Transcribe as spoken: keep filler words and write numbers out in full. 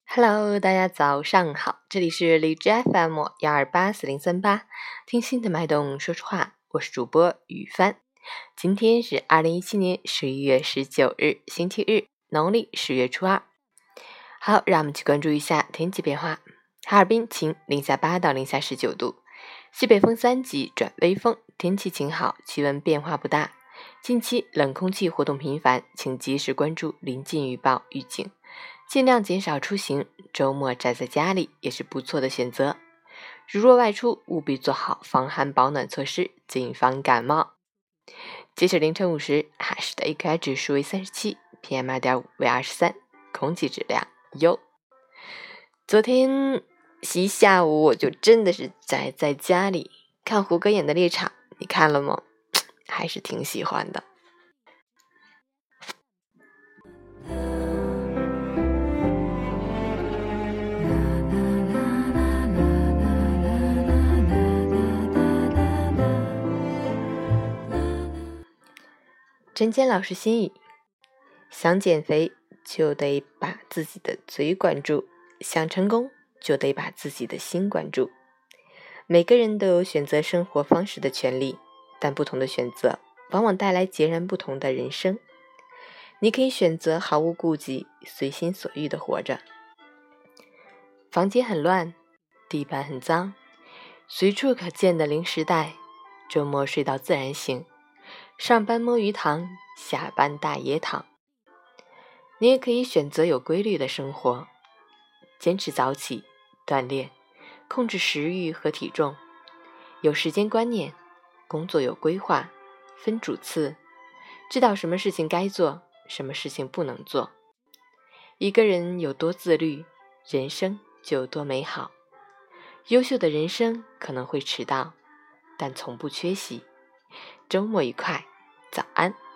Hello， 大家早上好，这里是荔枝 F M 幺二八四零三八，听心的脉动说出话，我是主播雨帆。今天是二零一七年十一月十九日，星期日，农历十月初二。好，让我们去关注一下天气变化。哈尔滨晴，零下八到零下十九度，西北风三级转微风，天气晴好，气温变化不大。近期冷空气活动频繁，请及时关注临近预报预警，尽量减少出行，周末宅在家里也是不错的选择。如若外出，务必做好防寒保暖措施，谨防感冒。截止凌晨五时，哈市的 A Q I 指数为三十七 ，P M 二点五 为二十三，空气质量优。昨天一下午我就真的是宅在家里看胡歌演的猎场，你看了吗？还是挺喜欢的。针尖老师心语：想减肥就得把自己的嘴管住，想成功就得把自己的心管住。每个人都有选择生活方式的权利，但不同的选择往往带来截然不同的人生。你可以选择毫无顾忌，随心所欲地活着。房间很乱，地板很脏，随处可见的零食袋，周末睡到自然醒，上班摸鱼糖，下班大爷躺。你也可以选择有规律的生活，坚持早起锻炼，控制食欲和体重，有时间观念，工作有规划，分主次，知道什么事情该做，什么事情不能做。一个人有多自律，人生就有多美好。优秀的人生可能会迟到，但从不缺席。周末愉快，早安。